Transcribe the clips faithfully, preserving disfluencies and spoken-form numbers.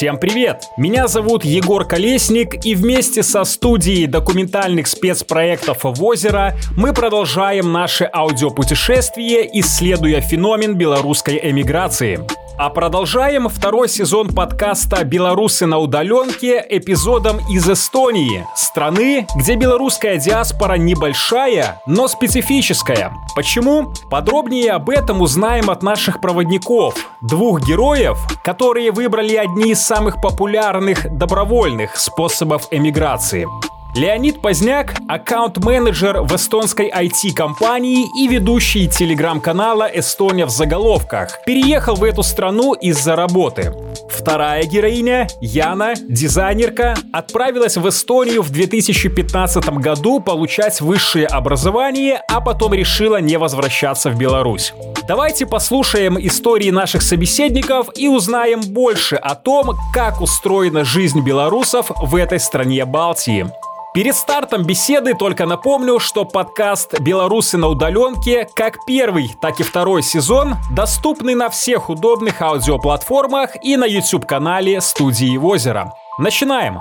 Всем привет! Меня зовут Егор Колесник, и вместе со студией документальных спецпроектов «Озеро» мы продолжаем наше аудиопутешествие, исследуя феномен белорусской эмиграции. А продолжаем второй сезон подкаста «Белорусы на удаленке» эпизодом из Эстонии, страны, где белорусская диаспора небольшая, но специфическая. Почему? Подробнее об этом узнаем от наших проводников, двух героев, которые выбрали одни из самых популярных добровольных способов эмиграции. Леонид Поздняк – аккаунт-менеджер в эстонской ай ти-компании и ведущий телеграм-канала «Эстония в заголовках». Переехал в эту страну из-за работы. Вторая героиня, Яна, дизайнерка, отправилась в Эстонию в две тысячи пятнадцатом году получать высшее образование, а потом решила не возвращаться в Беларусь. Давайте послушаем истории наших собеседников и узнаем больше о том, как устроена жизнь белорусов в этой стране Балтии. Перед стартом беседы только напомню, что подкаст «Белорусы на удаленке» как первый, так и второй сезон доступны на всех удобных аудиоплатформах и на YouTube-канале студии «Озеро». Начинаем!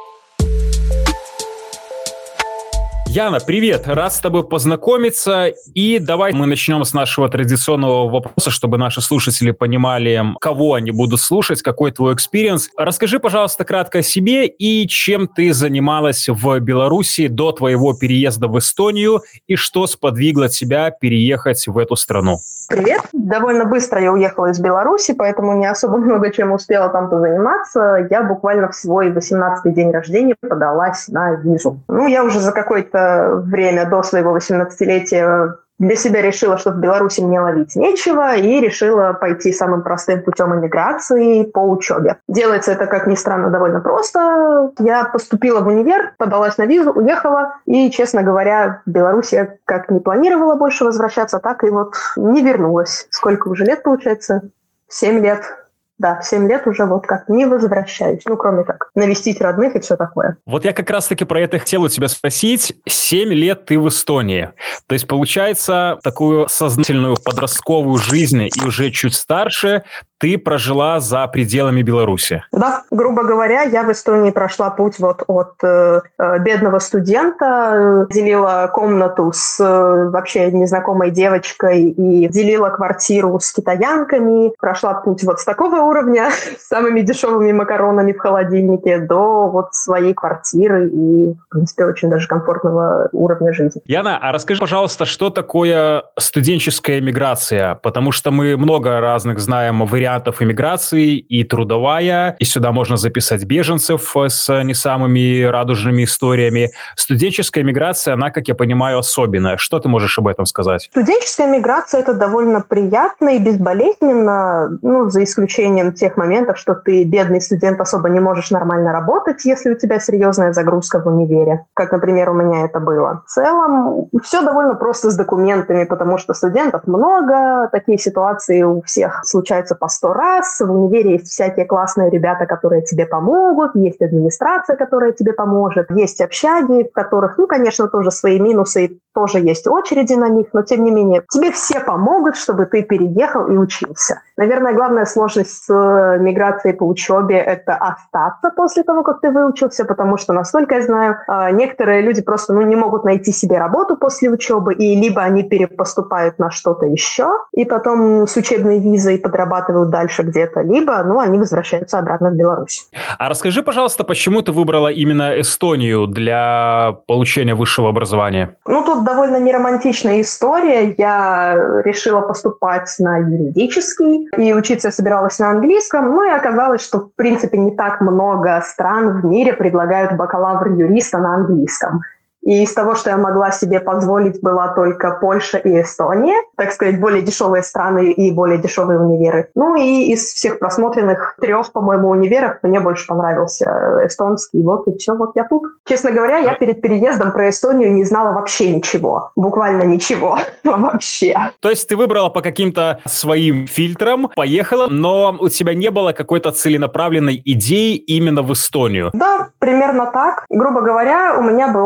Яна, привет! Рад с тобой познакомиться. И давай мы начнем с нашего традиционного вопроса, чтобы наши слушатели понимали, кого они будут слушать, какой твой экспириенс. Расскажи, пожалуйста, кратко о себе и чем ты занималась в Беларуси до твоего переезда в Эстонию и что сподвигло тебя переехать в эту страну. Привет! Довольно быстро я уехала из Беларуси, поэтому не особо много чем успела там позаниматься. Я буквально в свой восемнадцатый день рождения подалась на визу. Ну, я уже за какое-то время до своего восемнадцатилетия для себя решила, что в Беларуси мне ловить нечего, и решила пойти самым простым путем эмиграции по учебе. Делается это, как ни странно, довольно просто. Я поступила в универ, подалась на визу, уехала, и, честно говоря, в Беларусь я как не планировала больше возвращаться, так и вот не вернулась. Сколько уже лет, получается? Семь лет. Да, семь лет уже вот как не возвращаюсь. Ну, кроме как навестить родных и все такое. Вот я как раз-таки про это хотел у тебя спросить. Семь лет ты в Эстонии. То есть, получается, такую сознательную подростковую жизнь и уже чуть старше ты прожила за пределами Беларуси. Да, грубо говоря, я в Эстонии прошла путь вот от э, бедного студента, делила комнату с э, вообще незнакомой девочкой и делила квартиру с китаянками. Прошла путь вот с такого уровня, с самыми дешевыми макаронами в холодильнике, до вот своей квартиры и, в принципе, очень даже комфортного уровня жизни. Яна, а расскажи, пожалуйста, что такое студенческая эмиграция? Потому что мы много разных знаем вариантов иммиграции, и трудовая, и сюда можно записать беженцев с не самыми радужными историями. Студенческая миграция, она, как я понимаю, особенная. Что ты можешь об этом сказать? Студенческая миграция – это довольно приятно и безболезненно, ну, за исключением тех моментов, что ты, бедный студент, особо не можешь нормально работать, если у тебя серьезная загрузка в универе, как, например, у меня это было. В целом, все довольно просто с документами, потому что студентов много, такие ситуации у всех случаются по сто раз. В универе есть всякие классные ребята, которые тебе помогут, есть администрация, которая тебе поможет, есть общаги, в которых, ну, конечно, тоже свои минусы, и тоже есть очереди на них, но, тем не менее, тебе все помогут, чтобы ты переехал и учился. Наверное, главная сложность с миграцией по учебе – это остаться после того, как ты выучился, потому что, насколько я знаю, некоторые люди просто ну, не могут найти себе работу после учебы, и либо они перепоступают на что-то еще, и потом с учебной визой подрабатывают дальше где-то, либо ну, они возвращаются обратно в Беларусь. А расскажи, пожалуйста, почему ты выбрала именно Эстонию для получения высшего образования? Ну, тут довольно неромантичная история. Я решила поступать на юридический, и учиться я собиралась на английском, ну и оказалось, что, в принципе, не так много стран в мире предлагают бакалавр-юриста на английском. И из того, что я могла себе позволить, была только Польша и Эстония, так сказать, более дешевые страны и более дешевые универы. Ну и из всех просмотренных трех, по-моему, универов мне больше понравился эстонский. Вот и все, вот я тут. Честно говоря, я перед переездом про Эстонию не знала вообще ничего. Буквально ничего. Вообще. То есть ты выбрала по каким-то своим фильтрам, поехала, но у тебя не было какой-то целенаправленной идеи именно в Эстонию? Да, примерно так. Грубо говоря, у меня была идея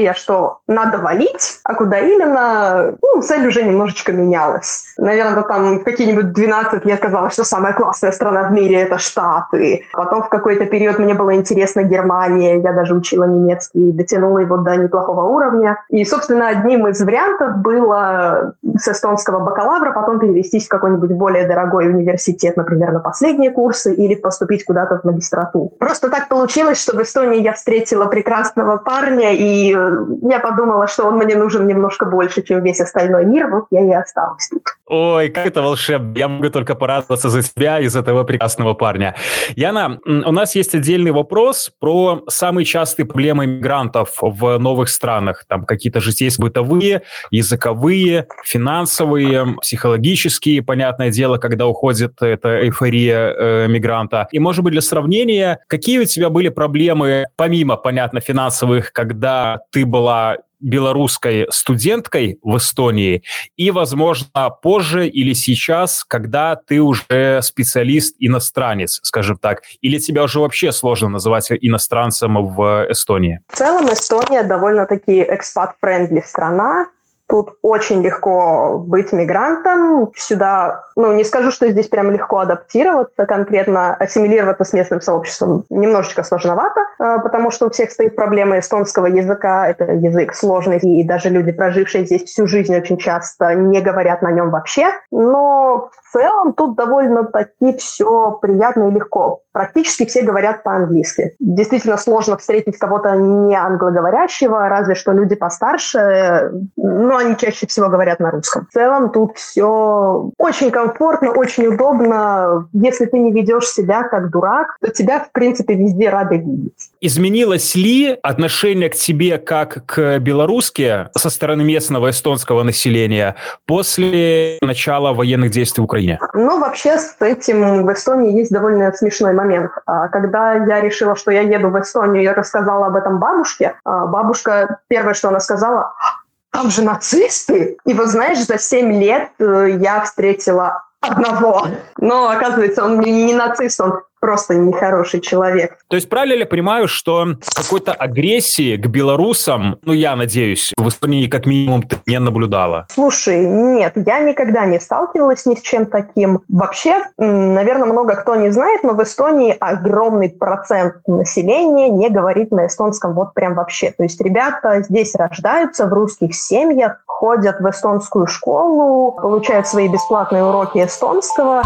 идея, что надо валить, а куда именно, ну, цель уже немножечко менялась. Наверное, там в какие-нибудь двенадцать лет казалось, что самая классная страна в мире — это Штаты. Потом в какой-то период мне было интересно Германия, я даже учила немецкий и дотянула его до неплохого уровня. И, собственно, одним из вариантов было с эстонского бакалавра потом перевестись в какой-нибудь более дорогой университет, например, на последние курсы, или поступить куда-то в магистратуру. Просто так получилось, что в Эстонии я встретила прекрасного парня, и я подумала, что он мне нужен немножко больше, чем весь остальной мир, вот я и осталась тут. Ой, как это волшебно. Я могу только порадоваться за тебя и за этого прекрасного парня. Яна, у нас есть отдельный вопрос про самые частые проблемы мигрантов в новых странах. Там какие-то житейские, бытовые, языковые, финансовые, психологические, понятное дело, когда уходит эта эйфория э, мигранта. И, может быть, для сравнения, какие у тебя были проблемы, помимо, понятно, финансовых, когда ты была белорусской студенткой в Эстонии, и, возможно, позже или сейчас, когда ты уже специалист-иностранец, скажем так, или тебя уже вообще сложно называть иностранцем в Эстонии? В целом Эстония довольно-таки экспат-френдли страна. Тут очень легко быть мигрантом. Сюда, ну, не скажу, что здесь прям легко адаптироваться, конкретно ассимилироваться с местным сообществом немножечко сложновато, потому что у всех стоит проблема эстонского языка. Это язык сложный, и даже люди, прожившие здесь всю жизнь, очень часто не говорят на нем вообще. Но в целом тут довольно-таки все приятно и легко. Практически все говорят по-английски. Действительно сложно встретить кого-то не англоговорящего, разве что люди постарше, но они чаще всего говорят на русском. В целом тут все очень комфортно, очень удобно. Если ты не ведешь себя как дурак, то тебя, в принципе, везде рады видеть. Изменилось ли отношение к тебе как к белоруске со стороны местного эстонского населения после начала военных действий в Украине? Ну, вообще с этим в Эстонии есть довольно смешной момент. Когда я решила, что я еду в Эстонию, я рассказала об этом бабушке. Бабушка, первое, что она сказала: там же нацисты! И вот знаешь, за семь лет я встретила одного. Но, оказывается, он не нацист, он просто нехороший человек. То есть правильно ли я понимаю, что какой-то агрессии к белорусам, ну, я надеюсь, в Эстонии как минимум ты не наблюдала? Слушай, нет, я никогда не сталкивалась ни с чем таким. Вообще, наверное, много кто не знает, но в Эстонии огромный процент населения не говорит на эстонском вот прям вообще. То есть ребята здесь рождаются в русских семьях, ходят в эстонскую школу, получают свои бесплатные уроки эстонского.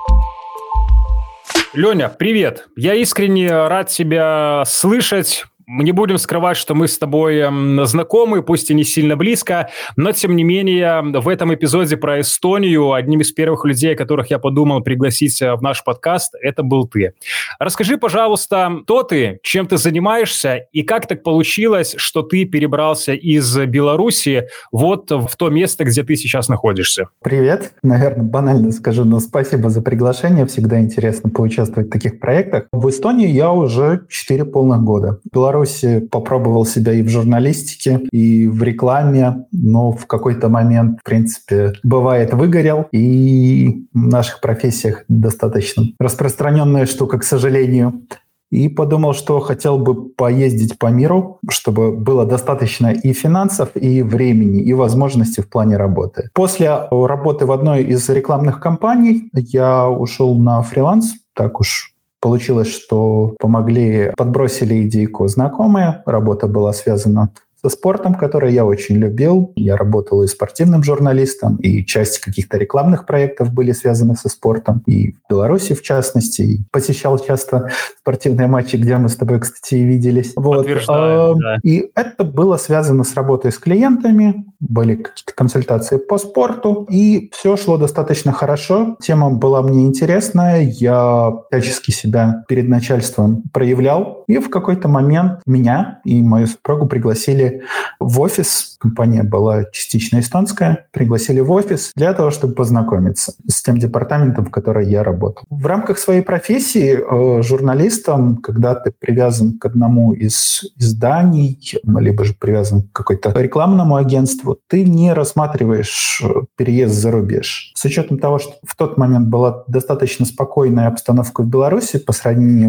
Леня, привет. Я искренне рад тебя слышать. Не будем скрывать, что мы с тобой знакомы, пусть и не сильно близко, но, тем не менее, в этом эпизоде про Эстонию одним из первых людей, которых я подумал пригласить в наш подкаст, это был ты. Расскажи, пожалуйста, кто ты, чем ты занимаешься и как так получилось, что ты перебрался из Беларуси вот в то место, где ты сейчас находишься? Привет. Наверное, банально скажу, но спасибо за приглашение. Всегда интересно поучаствовать в таких проектах. В Эстонии я уже четыре полных года. В Беларуси попробовал себя и в журналистике, и в рекламе, но в какой-то момент, в принципе, бывает, выгорел. И в наших профессиях достаточно распространенная штука, к сожалению. И подумал, что хотел бы поездить по миру, чтобы было достаточно и финансов, и времени, и возможностей в плане работы. После работы в одной из рекламных компаний я ушел на фриланс, так уж получилось, что помогли, подбросили идейку знакомые. Работа была связана со спортом, который я очень любил. Я работал и спортивным журналистом, и часть каких-то рекламных проектов были связаны со спортом. И в Беларуси, в частности. И посещал часто спортивные матчи, где мы с тобой, кстати, и виделись. Вот. Подтверждаю, да. И это было связано с работой с клиентами. Были какие-то консультации по спорту. И все шло достаточно хорошо. Тема была мне интересная. Я всячески себя перед начальством проявлял. И в какой-то момент меня и мою супругу пригласили в офис. Компания была частично эстонская. Пригласили в офис для того, чтобы познакомиться с тем департаментом, в котором я работал. В рамках своей профессии э, журналистом, когда ты привязан к одному из изданий, либо же привязан к какой-то рекламному агентству, ты не рассматриваешь переезд за рубеж. С учетом того, что в тот момент была достаточно спокойная обстановка в Беларуси по сравнению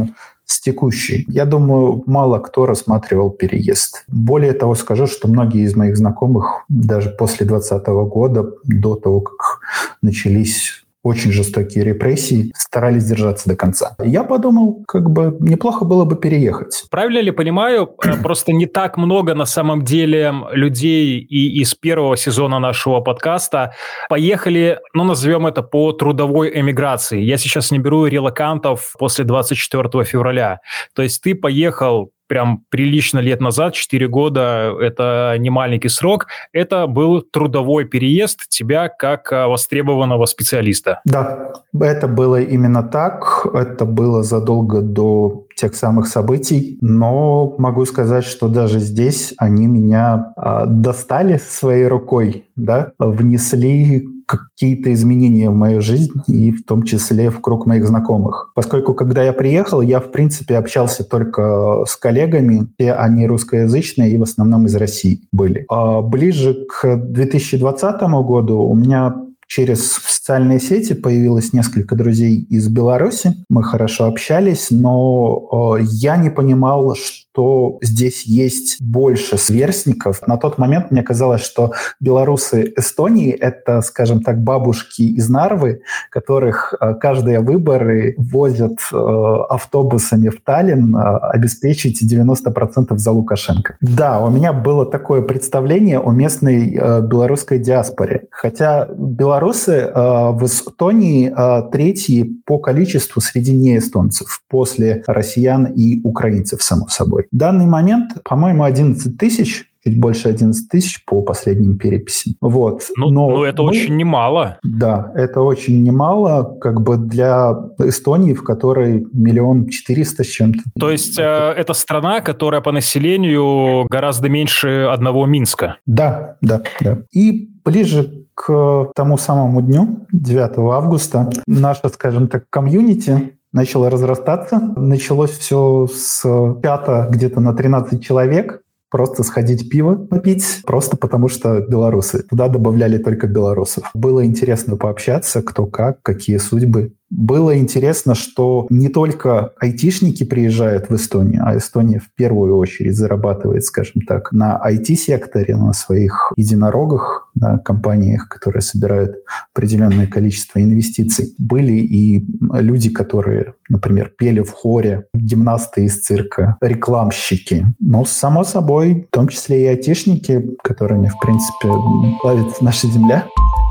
с текущей. Я думаю, мало кто рассматривал переезд. Более того, скажу, что многие из моих знакомых даже после двадцатого года, до того, как начались очень жестокие репрессии, старались держаться до конца. Я подумал, как бы неплохо было бы переехать. Правильно ли понимаю, просто не так много на самом деле людей и из первого сезона нашего подкаста поехали, ну, назовем это, по трудовой эмиграции. Я сейчас не беру релокантов после двадцать четвёртого февраля. То есть ты поехал прям прилично лет назад, четыре года, это не маленький срок, это был трудовой переезд тебя как востребованного специалиста. Да, это было именно так, это было задолго до тех самых событий, но могу сказать, что даже здесь они меня э, достали своей рукой, да, внесли какие-то изменения в мою жизнь и в том числе в круг моих знакомых. Поскольку, когда я приехал, я, в принципе, общался только с коллегами, все они русскоязычные и в основном из России были. А ближе к две тысячи двадцатому году у меня через социальные сети появилось несколько друзей из Беларуси. Мы хорошо общались, но э, я не понимал, что здесь есть больше сверстников. На тот момент мне казалось, что белорусы Эстонии — это, скажем так, бабушки из Нарвы, которых э, каждые выборы возят э, автобусами в Таллин э, обеспечить девяносто процентов за Лукашенко. Да, у меня было такое представление о местной э, белорусской диаспоре. Хотя белорусы Белорусы э, в Эстонии э, третьи по количеству среди неэстонцев, после россиян и украинцев, само собой. В данный момент, по-моему, одиннадцать тысяч, чуть больше одиннадцать тысяч по последним переписям. Вот. Ну, Но ну, это мы... очень немало. Да, это очень немало, как бы для Эстонии, в которой миллион четыреста с чем-то. То есть это... Э, это страна, которая по населению гораздо меньше одного Минска. Да, да, да. И ближе к тому самому дню, девятого августа, наша, скажем так, комьюнити начала разрастаться. Началось все с пята где-то на тринадцать человек. Просто сходить пиво попить, просто потому что белорусы. Туда добавляли только белорусов. Было интересно пообщаться, кто как, какие судьбы. Было интересно, что не только айтишники приезжают в Эстонию, а Эстония в первую очередь зарабатывает, скажем так, на ай ти-секторе, на своих единорогах, на компаниях, которые собирают определенное количество инвестиций. Были и люди, которые, например, пели в хоре, гимнасты из цирка, рекламщики. Но, само собой, в том числе и айтишники, которыми, в принципе, славится наша земля.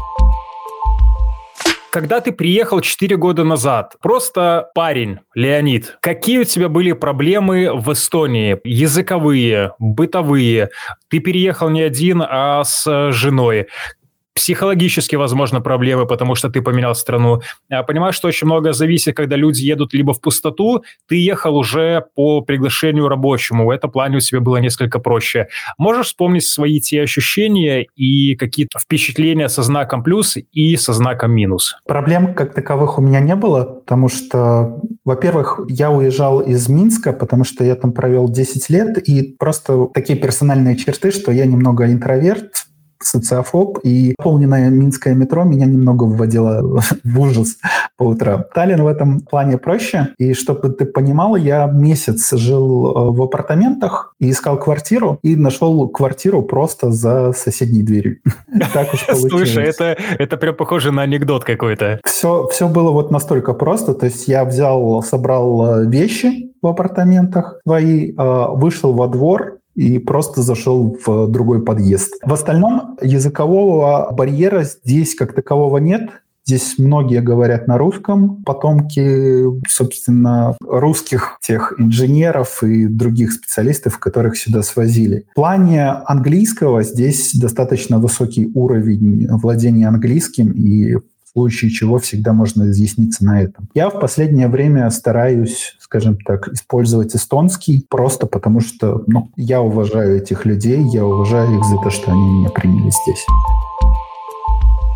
Когда ты приехал четыре года назад, просто парень, Леонид, какие у тебя были проблемы в Эстонии? Языковые, бытовые? Ты переехал не один, а с женой. Психологически, возможно, проблемы, потому что ты поменял страну. Понимаешь, что очень много зависит, когда люди едут либо в пустоту, ты ехал уже по приглашению рабочему. В этом плане у тебя было несколько проще. Можешь вспомнить свои те ощущения и какие-то впечатления со знаком плюс и со знаком минус? Проблем как таковых у меня не было, потому что, во-первых, я уезжал из Минска, потому что я там провел десять лет, и просто такие персональные черты, что я немного интроверт, социофоб, и наполненное минское метро меня немного вводило в ужас по утрам. Таллин в этом плане проще, и чтобы ты понимал, я месяц жил в апартаментах и искал квартиру, и нашел квартиру просто за соседней дверью. Так уж получилось. Слушай, это, это прям похоже на анекдот какой-то. Все, все было вот настолько просто, то есть я взял, собрал вещи в апартаментах свои, вышел во двор, и просто зашел в другой подъезд. В остальном языкового барьера здесь как такового нет. Здесь многие говорят на русском, потомки, собственно, русских тех инженеров и других специалистов, которых сюда свозили. В плане английского здесь достаточно высокий уровень владения английским, и в случае чего всегда можно изъясниться на этом. Я в последнее время стараюсь, скажем так, использовать эстонский, просто потому что ну, я уважаю этих людей, я уважаю их за то, что они меня приняли здесь.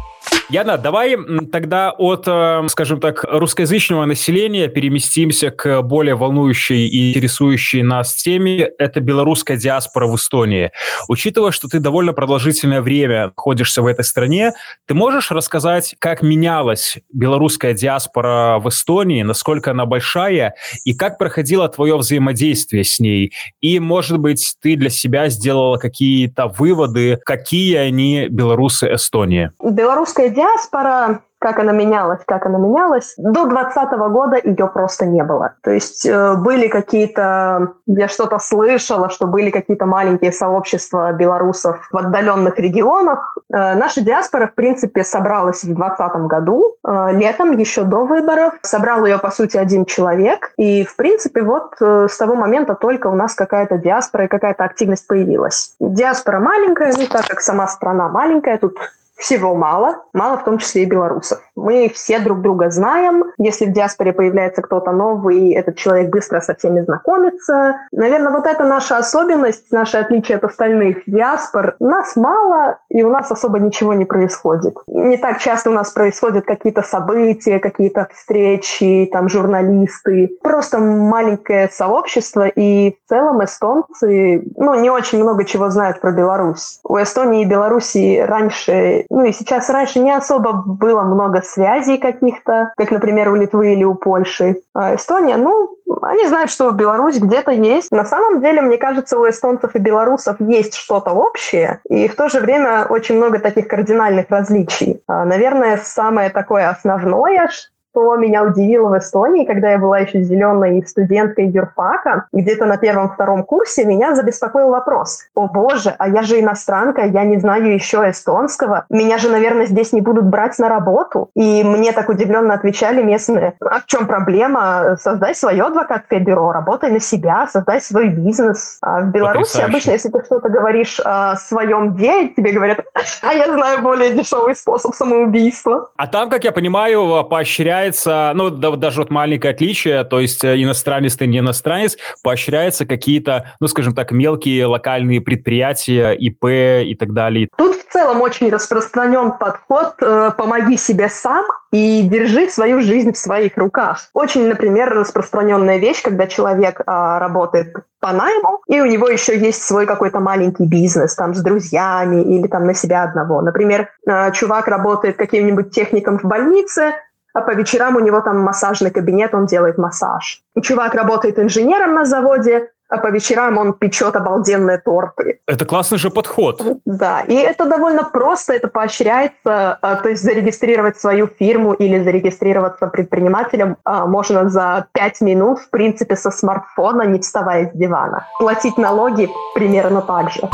Яна, давай тогда от, скажем так, русскоязычного населения переместимся к более волнующей и интересующей нас теме. Это белорусская диаспора в Эстонии. Учитывая, что ты довольно продолжительное время находишься в этой стране, ты можешь рассказать, как менялась белорусская диаспора в Эстонии, насколько она большая, и как проходило твое взаимодействие с ней? И, может быть, ты для себя сделала какие-то выводы, какие они белорусы Эстонии? Белорусская диаспора, как она менялась, как она менялась, до двадцатого года ее просто не было. То есть э, были какие-то, я что-то слышала, что были какие-то маленькие сообщества белорусов в отдаленных регионах. Э, наша диаспора, в принципе, собралась в двадцатом году, э, летом, еще до выборов. Собрал ее, по сути, один человек. И, в принципе, вот э, с того момента только у нас какая-то диаспора и какая-то активность появилась. Диаспора маленькая, ну, так как сама страна маленькая, тут всего мало, мало в том числе и белорусов. Мы все друг друга знаем. Если в диаспоре появляется кто-то новый, этот человек быстро со всеми знакомится. Наверное, вот это наша особенность, наше отличие от остальных диаспор. Нас мало, и у нас особо ничего не происходит. Не так часто у нас происходят какие-то события, какие-то встречи, там, журналисты. Просто маленькое сообщество, и в целом эстонцы, ну, не очень много чего знают про Беларусь. У Эстонии и Беларуси раньше, ну и сейчас раньше не особо было много связей каких-то, как, например, у Литвы или у Польши. А Эстония, ну, они знают, что Беларусь где-то есть. На самом деле, мне кажется, у эстонцев и белорусов есть что-то общее, и в то же время очень много таких кардинальных различий. А, наверное, самое такое основное, что меня удивило в Эстонии, когда я была еще зеленой студенткой юрфака, где-то на первом-втором курсе меня забеспокоил вопрос. О боже, а я же иностранка, я не знаю еще эстонского. Меня же, наверное, здесь не будут брать на работу. И мне так удивленно отвечали местные: а в чем проблема? Создай свое адвокатское бюро, работай на себя, создай свой бизнес. А в Беларуси Потрясающе. Обычно, если ты что-то говоришь о своем деле, тебе говорят: а я знаю более дешевый способ самоубийства. А там, как я понимаю, поощряется, ну, да, даже вот маленькое отличие, то есть иностранец ты не иностранец, поощряется какие-то, ну, скажем так, мелкие локальные предприятия, ИП и так далее. Тут в целом очень распространен подход э, «помоги себе сам» и «держи свою жизнь в своих руках». Очень, например, распространенная вещь, когда человек э, работает по найму, и у него еще есть свой какой-то маленький бизнес, там, с друзьями или там на себя одного. Например, э, чувак работает каким-нибудь техником в больнице, а по вечерам у него там массажный кабинет, он делает массаж. И чувак работает инженером на заводе, а по вечерам он печет обалденные торты. Это классный же подход. Да, и это довольно просто, это поощряется. То есть зарегистрировать свою фирму или зарегистрироваться предпринимателем можно за пять минут, в принципе, со смартфона, не вставая с дивана. Платить налоги примерно так же.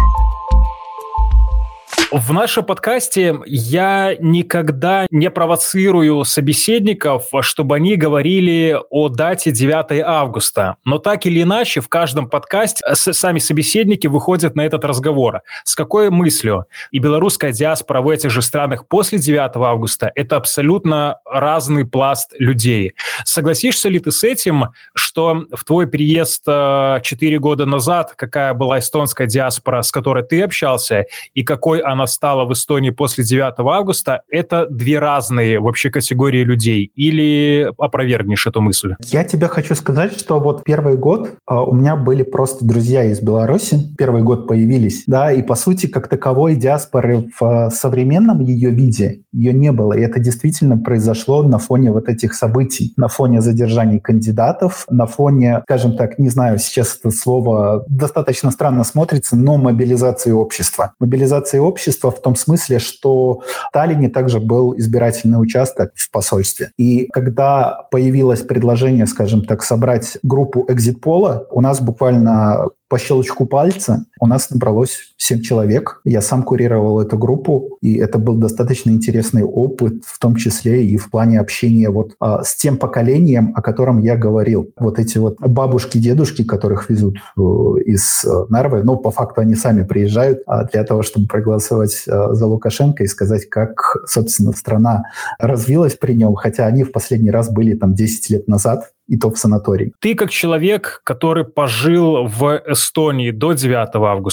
В нашем подкасте я никогда не провоцирую собеседников, чтобы они говорили о дате девятого августа. Но так или иначе, в каждом подкасте сами собеседники выходят на этот разговор. С какой мыслью? И белорусская диаспора в этих же странах после девятого августа – это абсолютно разный пласт людей. Согласишься ли ты с этим, что в твой приезд четыре года назад, какая была эстонская диаспора, с которой ты общался, и какой она стала в Эстонии после девятого августа, это две разные вообще категории людей? Или опровергнешь эту мысль? Я тебе хочу сказать, что вот первый год э, у меня были просто друзья из Беларуси. Первый год появились, да, и по сути как таковой диаспоры в э, современном ее виде ее не было. И это действительно произошло на фоне вот этих событий, на фоне задержаний кандидатов, на фоне, скажем так, не знаю, сейчас это слово достаточно странно смотрится, но мобилизации общества. Мобилизация общества в том смысле, что в Таллине также был избирательный участок в посольстве. И когда появилось предложение, скажем так, собрать группу экзит-пола, у нас буквально по щелчку пальца у нас набралось семь человек. Я сам курировал эту группу, и это был достаточно интересный опыт, в том числе и в плане общения вот а, с тем поколением, о котором я говорил. Вот эти вот бабушки, дедушки, которых везут э, из э, Нарвы, ну, по факту они сами приезжают а, для того, чтобы проголосовать э, за Лукашенко и сказать, как, собственно, страна развилась при нем, хотя они в последний раз были там десять лет назад, и то в санатории. Ты как человек, который пожил в Эстонии до девятого августа,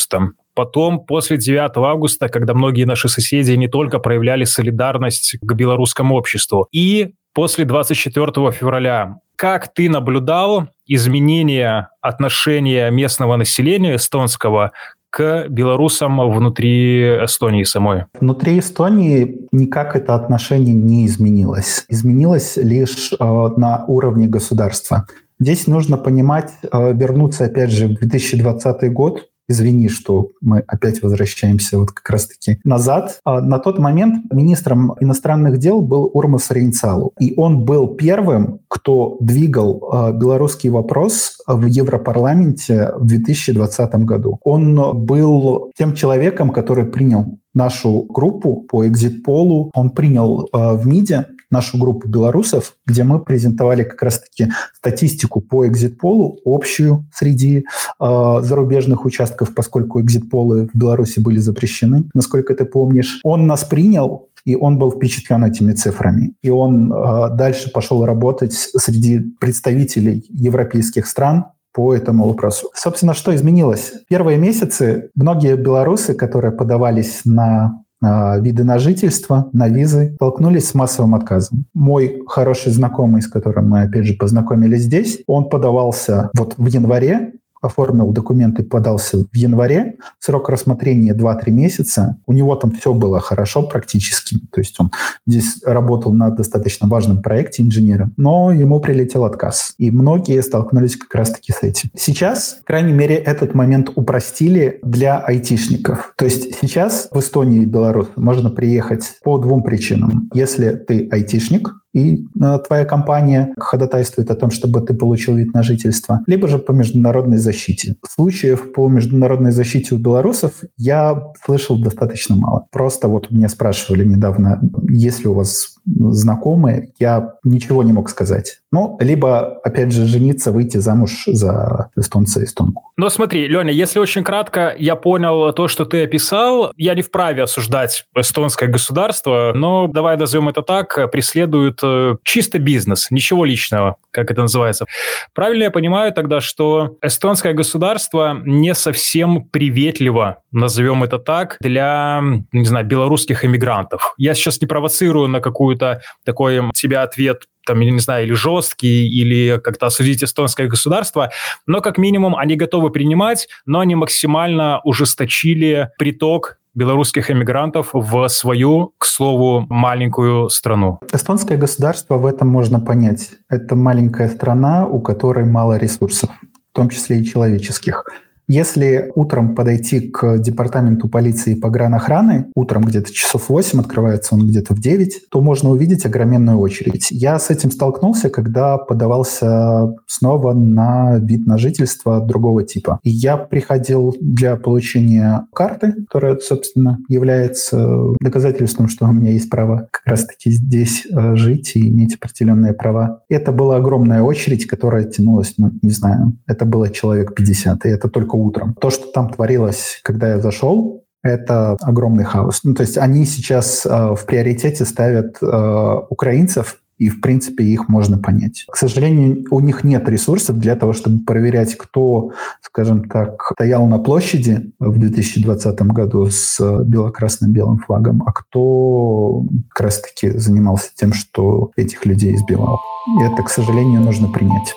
потом, после девятого августа, когда многие наши соседи не только проявляли солидарность к белорусскому обществу, и после двадцать четвёртого февраля. Как ты наблюдал изменение отношения местного населения эстонского к белорусам внутри Эстонии самой? Внутри Эстонии никак это отношение не изменилось. Изменилось лишь э, на уровне государства. Здесь нужно понимать, э, вернуться опять же в две тысячи двадцатый год. Извини, что мы опять возвращаемся вот как раз-таки назад. На тот момент министром иностранных дел был Урмас Рейнцалу. И он был первым, кто двигал белорусский вопрос в Европарламенте в две тысячи двадцатом году. Он был тем человеком, который принял нашу группу по экзит-полу. Он принял в МИДе нашу группу белорусов, где мы презентовали как раз-таки статистику по экзит-полу, общую среди э, зарубежных участков, поскольку экзит-полы в Беларуси были запрещены, насколько ты помнишь. Он нас принял, и он был впечатлен этими цифрами. И он э, дальше пошел работать среди представителей европейских стран по этому вопросу. Собственно, что изменилось? Первые месяцы многие белорусы, которые подавались на виды на жительство, на визы, столкнулись с массовым отказом. Мой хороший знакомый, с которым мы, опять же, познакомились здесь, он подавался вот в январе, оформил документы, подался в январе, срок рассмотрения два-три месяца, у него там все было хорошо практически, то есть он здесь работал на достаточно важном проекте инженером, но ему прилетел отказ, и многие столкнулись как раз-таки с этим. Сейчас, по крайней мере, этот момент упростили для айтишников, то есть сейчас в Эстонии и Беларуси можно приехать по двум причинам. Если ты айтишник, и э, твоя компания ходатайствует о том, чтобы ты получил вид на жительство, либо же по международной защите. Случаев по международной защите у белорусов я слышал достаточно мало. Просто вот меня спрашивали недавно, есть ли у вас знакомые, я ничего не мог сказать. Ну, либо, опять же, жениться, выйти замуж за эстонца, эстонку. Но смотри, Леня, если очень кратко, я понял то, что ты описал. Я не вправе осуждать эстонское государство, но, давай назовем это так, преследует э, чисто бизнес, ничего личного, как это называется. Правильно я понимаю тогда, что эстонское государство не совсем приветливо, назовем это так, для, не знаю, белорусских иммигрантов? Я сейчас не провоцирую на какую-то такой тебе ответ, там, я не знаю, или жесткий, или как-то осудить эстонское государство, но как минимум они готовы принимать, но они максимально ужесточили приток белорусских эмигрантов в свою, к слову, маленькую страну. Эстонское государство в этом можно понять. Это маленькая страна, у которой мало ресурсов, в том числе и человеческих. Если утром подойти к департаменту полиции и погранохраны, утром где-то часов восемь, открывается он где-то в девять, то можно увидеть огроменную очередь. Я с этим столкнулся, когда подавался снова на вид на жительство другого типа. И я приходил для получения карты, которая, собственно, является доказательством, что у меня есть право как раз-таки здесь жить и иметь определенные права. Это была огромная очередь, которая тянулась, ну, не знаю, это было человек пятьдесят, и это только утром. То, что там творилось, когда я зашел, это огромный хаос. Ну, то есть они сейчас э, в приоритете ставят э, украинцев, и, в принципе, их можно понять. К сожалению, у них нет ресурсов для того, чтобы проверять, кто, скажем так, стоял на площади в две тысячи двадцатом году с бело-красным белым флагом, а кто как раз-таки занимался тем, что этих людей избивал. И это, к сожалению, нужно принять.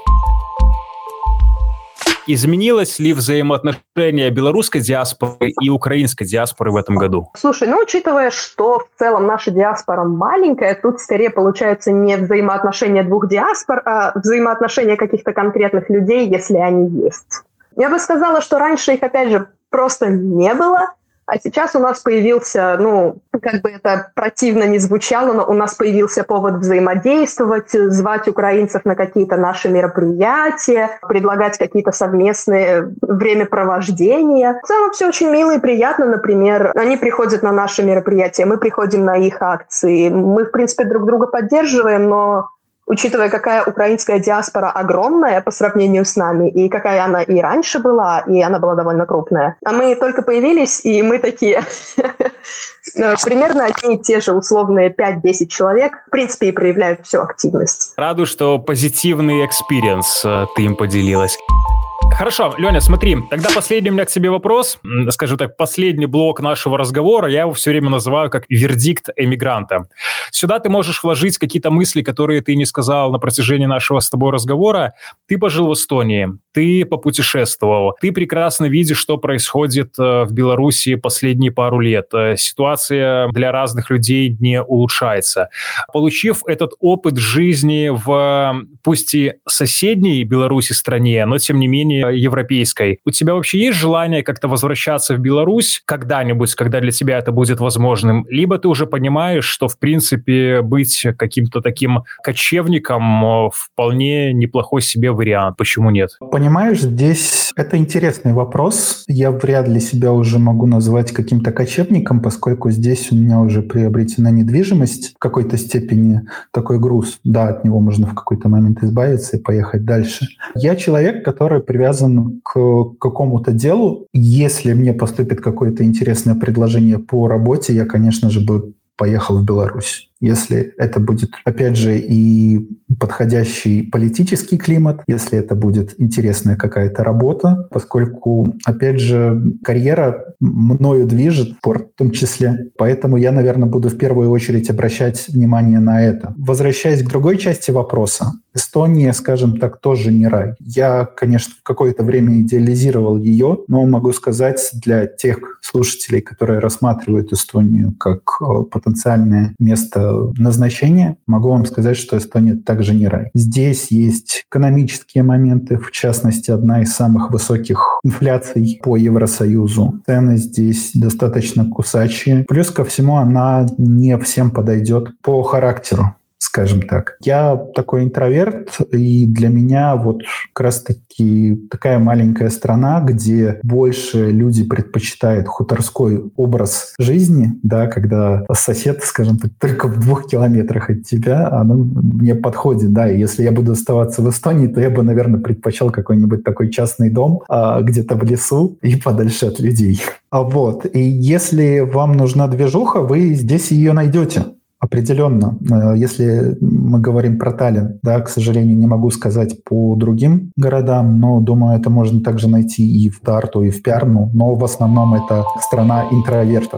Изменилось ли взаимоотношение белорусской диаспоры и украинской диаспоры в этом году? Слушай, ну, учитывая, что в целом наша диаспора маленькая, тут скорее получается не взаимоотношения двух диаспор, а взаимоотношения каких-то конкретных людей, если они есть. Я бы сказала, что раньше их, опять же, просто не было, а сейчас у нас появился, ну, как бы это противно не звучало, но у нас появился повод взаимодействовать, звать украинцев на какие-то наши мероприятия, предлагать какие-то совместные времяпровождения. В целом все очень мило и приятно, например, они приходят на наши мероприятия, мы приходим на их акции, мы, в принципе, друг друга поддерживаем, но учитывая, какая украинская диаспора огромная по сравнению с нами, и какая она и раньше была, и она была довольно крупная. А мы только появились, и мы такие примерно одни и те же условные пять-десять человек, в принципе, и проявляют всю активность. Радует, что позитивный экспириенс ты им поделилась. Хорошо, Леня, смотри, тогда последний у меня к тебе вопрос, скажем так, последний блок нашего разговора, я его все время называю как вердикт эмигранта. Сюда ты можешь вложить какие-то мысли, которые ты не сказал на протяжении нашего с тобой разговора. Ты пожил в Эстонии, ты попутешествовал, ты прекрасно видишь, что происходит в Беларуси последние пару лет. Ситуация для разных людей не улучшается. Получив этот опыт жизни в, пусть и соседней Беларуси стране, но тем не менее европейской. У тебя вообще есть желание как-то возвращаться в Беларусь когда-нибудь, когда для тебя это будет возможным? Либо ты уже понимаешь, что, в принципе, быть каким-то таким кочевником вполне неплохой себе вариант. Почему нет? Понимаешь, здесь это интересный вопрос. Я вряд ли себя уже могу назвать каким-то кочевником, поскольку здесь у меня уже приобретена недвижимость в какой-то степени, такой груз. Да, от него можно в какой-то момент избавиться и поехать дальше. Я человек, который привязан к какому-то делу. Если мне поступит какое-то интересное предложение по работе, я, конечно же, бы поехал в Беларусь. Если это будет, опять же, и подходящий политический климат, если это будет интересная какая-то работа, поскольку, опять же, карьера мною движет, спорт в том числе. Поэтому я, наверное, буду в первую очередь обращать внимание на это. Возвращаясь к другой части вопроса, Эстония, скажем так, тоже не рай. Я, конечно, в какое-то время идеализировал ее, но могу сказать для тех слушателей, которые рассматривают Эстонию как потенциальное место назначения, могу вам сказать, что Эстония также не рай. Здесь есть экономические моменты, в частности, одна из самых высоких инфляций по Евросоюзу. Цены здесь достаточно кусачие. Плюс ко всему, она не всем подойдет по характеру, скажем так. Я такой интроверт, и для меня вот как раз-таки такая маленькая страна, где больше люди предпочитают хуторской образ жизни, да, когда сосед, скажем так, только в двух километрах от тебя, оно мне подходит, да, и если я буду оставаться в Эстонии, то я бы, наверное, предпочел какой-нибудь такой частный дом а, где-то в лесу и подальше от людей. А вот, и если вам нужна движуха, вы здесь ее найдете. Определенно. Если мы говорим про Таллин, да, к сожалению, не могу сказать по другим городам, но, думаю, это можно также найти и в Тарту, и в Пярну, но в основном это страна интровертов.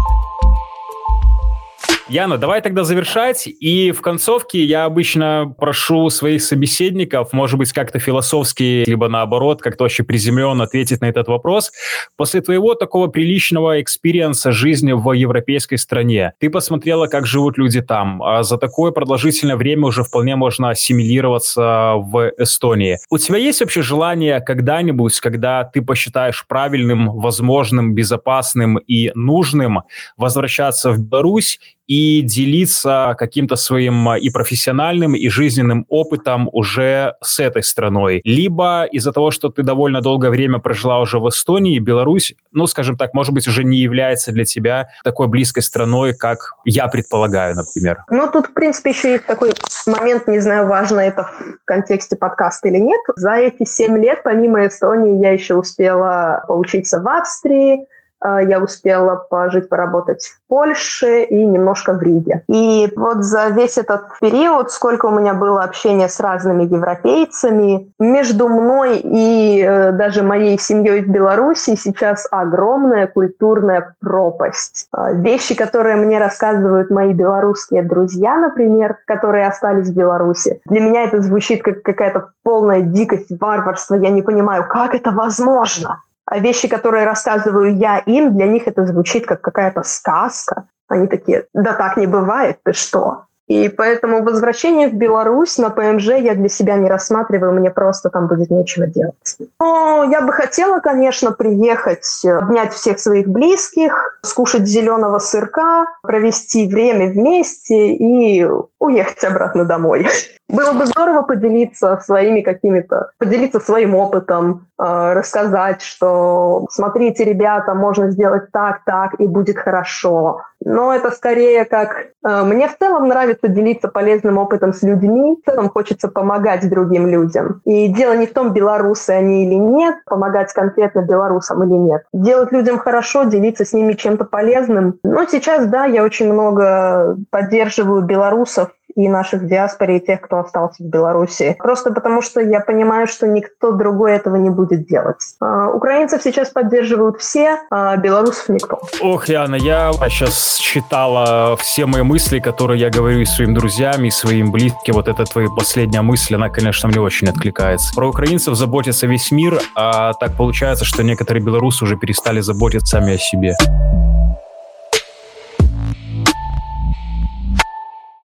Яна, давай тогда завершать. И в концовке я обычно прошу своих собеседников, может быть, как-то философски, либо наоборот, как-то очень приземленно ответить на этот вопрос. После твоего такого приличного экспириенса жизни в европейской стране, ты посмотрела, как живут люди там. А за такое продолжительное время уже вполне можно ассимилироваться в Эстонии. У тебя есть вообще желание когда-нибудь, когда ты посчитаешь правильным, возможным, безопасным и нужным, возвращаться в Беларусь и делиться каким-то своим и профессиональным, и жизненным опытом уже с этой страной? Либо из-за того, что ты довольно долгое время прожила уже в Эстонии, Беларусь, ну, скажем так, может быть, уже не является для тебя такой близкой страной, как я предполагаю, например? Ну, тут, в принципе, еще есть такой момент, не знаю, важно это в контексте подкаста или нет. За эти семь лет, помимо Эстонии, я еще успела поучиться в Австрии, я успела пожить, поработать в Польше и немножко в Риге. И вот за весь этот период, сколько у меня было общения с разными европейцами, между мной и э, даже моей семьей в Беларуси сейчас огромная культурная пропасть. Э, вещи, которые мне рассказывают мои белорусские друзья, например, которые остались в Беларуси, для меня это звучит как какая-то полная дикость, варварство. Я не понимаю, как это возможно. А вещи, которые рассказываю я им, для них это звучит как какая-то сказка. Они такие: да так не бывает, ты что? И поэтому возвращение в Беларусь на ПМЖ я для себя не рассматриваю, мне просто там будет нечего делать. Но я бы хотела, конечно, приехать, обнять всех своих близких, скушать зеленого сырка, провести время вместе и уехать обратно домой. Было бы здорово поделиться своими какими-то, поделиться своим опытом, э, рассказать, что смотрите, ребята, можно сделать так, так, и будет хорошо. Но это скорее как... Э, мне в целом нравится делиться полезным опытом с людьми, в целом хочется помогать другим людям. И дело не в том, белорусы они или нет, помогать конкретно белорусам или нет. Делать людям хорошо, делиться с ними чем-то полезным. Но сейчас, да, я очень много поддерживаю белорусов и наших в диаспоре, и тех, кто остался в Беларуси. Просто потому, что я понимаю, что никто другой этого не будет делать. Украинцев сейчас поддерживают все, а белорусов никто. Ох, Яна, я сейчас читала все мои мысли, которые я говорю и своим друзьям, и своим близким. Вот эта твоя последняя мысль, она, конечно, мне очень откликается. Про украинцев заботится весь мир, а так получается, что некоторые белорусы уже перестали заботиться сами о себе.